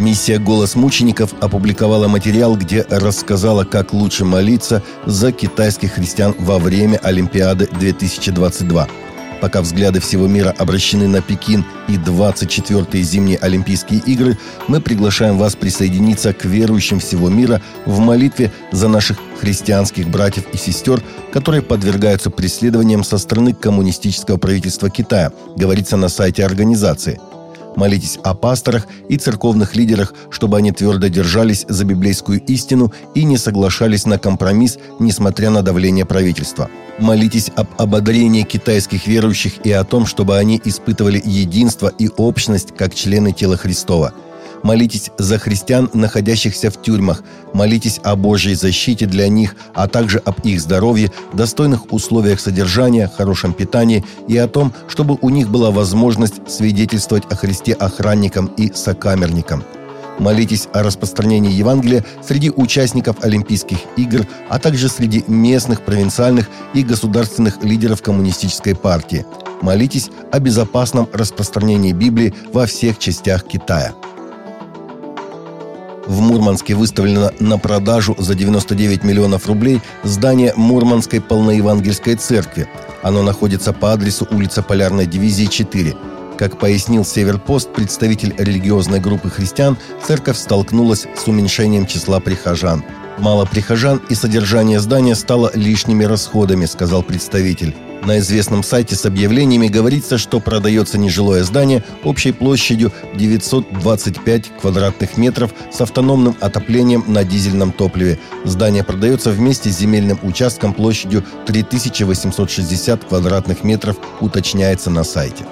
Миссия «Голос мучеников» опубликовала материал, где рассказала, как лучше молиться за китайских христиан во время Олимпиады 2022. Пока взгляды всего мира обращены на Пекин и 24-е зимние Олимпийские игры, мы приглашаем вас присоединиться к верующим всего мира в молитве за наших христианских братьев и сестер, которые подвергаются преследованиям со стороны коммунистического правительства Китая, говорится на сайте организации. Молитесь о пасторах и церковных лидерах, чтобы они твердо держались за библейскую истину и не соглашались на компромисс, несмотря на давление правительства. Молитесь об ободрении китайских верующих и о том, чтобы они испытывали единство и общность как члены тела Христова. Молитесь за христиан, находящихся в тюрьмах. Молитесь о Божьей защите для них, а также об их здоровье, достойных условиях содержания, хорошем питании и о том, чтобы у них была возможность свидетельствовать о Христе охранникам и сокамерникам. Молитесь о распространении Евангелия среди участников Олимпийских игр, а также среди местных, провинциальных и государственных лидеров коммунистической партии. Молитесь о безопасном распространении Библии во всех частях Китая. В Мурманске выставлено на продажу за 99 миллионов рублей здание Мурманской полноевангельской церкви. Оно находится по адресу улица Полярной дивизии 4. Как пояснил Северпост, представитель религиозной группы христиан, церковь столкнулась с уменьшением числа прихожан. Мало прихожан, и содержание здания стало лишними расходами, сказал представитель. На известном сайте с объявлениями говорится, что продается нежилое здание общей площадью 925 квадратных метров с автономным отоплением на дизельном топливе. Здание продается вместе с земельным участком площадью 3860 квадратных метров, уточняется на сайте.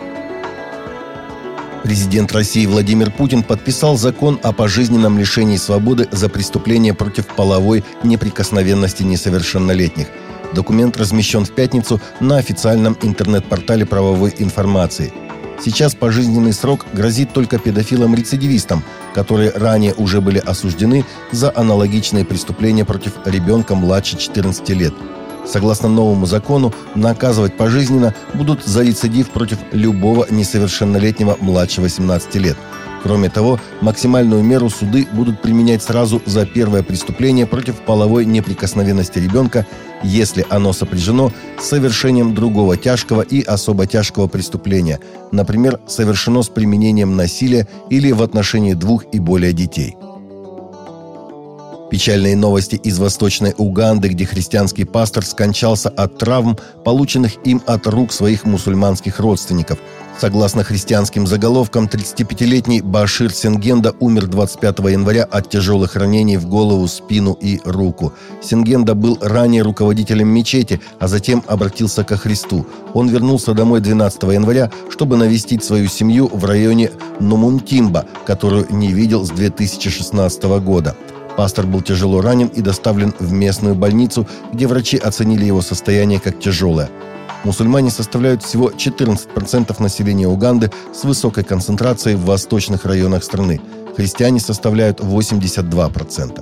Президент России Владимир Путин подписал закон о пожизненном лишении свободы за преступление против половой неприкосновенности несовершеннолетних. Документ размещен в пятницу на официальном интернет-портале правовой информации. Сейчас пожизненный срок грозит только педофилам-рецидивистам, которые ранее уже были осуждены за аналогичные преступления против ребенка младше 14 лет. Согласно новому закону, наказывать пожизненно будут за рецидив против любого несовершеннолетнего младше 18 лет. Кроме того, максимальную меру суды будут применять сразу за первое преступление против половой неприкосновенности ребенка, если оно сопряжено с совершением другого тяжкого и особо тяжкого преступления, например, совершено с применением насилия или в отношении двух и более детей. Печальные новости из Восточной Уганды, где христианский пастор скончался от травм, полученных им от рук своих мусульманских родственников. Согласно христианским заголовкам, 35-летний Башир Сенгенда умер 25 января от тяжелых ранений в голову, спину и руку. Сенгенда был ранее руководителем мечети, а затем обратился ко Христу. Он вернулся домой 12 января, чтобы навестить свою семью в районе Номунтимба, которую не видел с 2016 года. Пастор был тяжело ранен и доставлен в местную больницу, где врачи оценили его состояние как тяжелое. Мусульмане составляют всего 14% населения Уганды с высокой концентрацией в восточных районах страны. Христиане составляют 82%.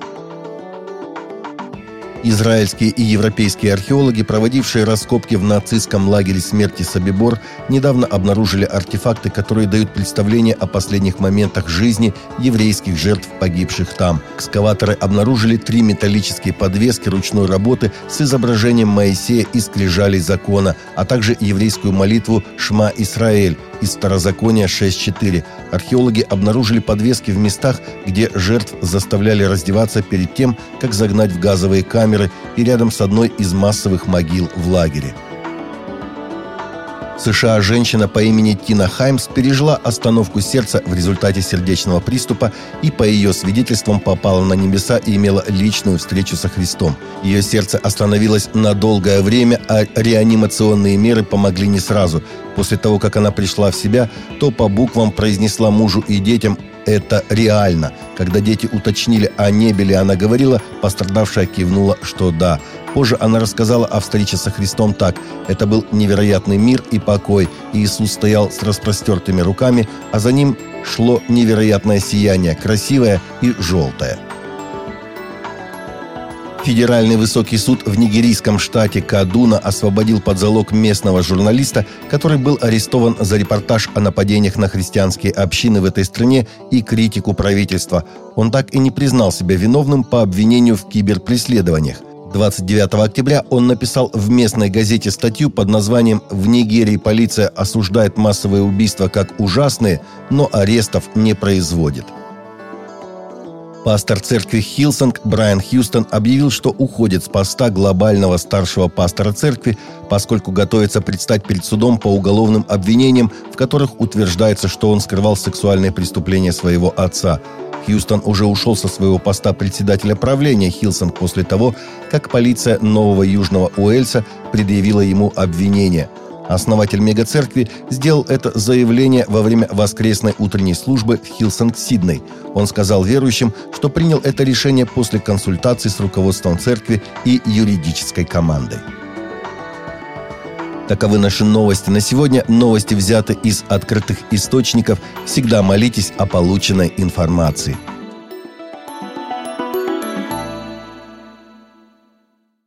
Израильские и европейские археологи, проводившие раскопки в нацистском лагере смерти Собибор, недавно обнаружили артефакты, которые дают представление о последних моментах жизни еврейских жертв, погибших там. Экскаваторы обнаружили 3 металлические подвески ручной работы с изображением Моисея и скрижалей закона, а также еврейскую молитву «Шма Исраэль» из Второзакония 6.4. Археологи обнаружили подвески в местах, где жертв заставляли раздеваться перед тем, как загнать в газовые камеры, и рядом с одной из массовых могил в лагере. В США женщина по имени Тина Хаймс пережила остановку сердца в результате сердечного приступа и, по ее свидетельствам, попала на небеса и имела личную встречу со Христом. Ее сердце остановилось на долгое время, а реанимационные меры помогли не сразу. После того, как она пришла в себя, то по буквам произнесла мужу и детям: «Это реально». Когда дети уточнили, о небе ли она говорила, пострадавшая кивнула, что да. Позже она рассказала о встрече со Христом так: «Это был невероятный мир и покой. Иисус стоял с распростертыми руками, а за ним шло невероятное сияние, красивое и желтое». Федеральный высокий суд в нигерийском штате Кадуна освободил под залог местного журналиста, который был арестован за репортаж о нападениях на христианские общины в этой стране и критику правительства. Он так и не признал себя виновным по обвинению в киберпреследованиях. 29 октября он написал в местной газете статью под названием «В Нигерии полиция осуждает массовые убийства как ужасные, но арестов не производит». Пастор церкви Хиллсонг Брайан Хьюстон объявил, что уходит с поста глобального старшего пастора церкви, поскольку готовится предстать перед судом по уголовным обвинениям, в которых утверждается, что он скрывал сексуальные преступления своего отца. Хьюстон уже ушел со своего поста председателя правления Хиллсонг после того, как полиция Нового Южного Уэльса предъявила ему обвинение. Основатель мегацеркви сделал это заявление во время воскресной утренней службы в Хиллсонг-Сидней. Он сказал верующим, что принял это решение после консультаций с руководством церкви и юридической командой. Таковы наши новости на сегодня. Новости взяты из открытых источников. Всегда молитесь о полученной информации.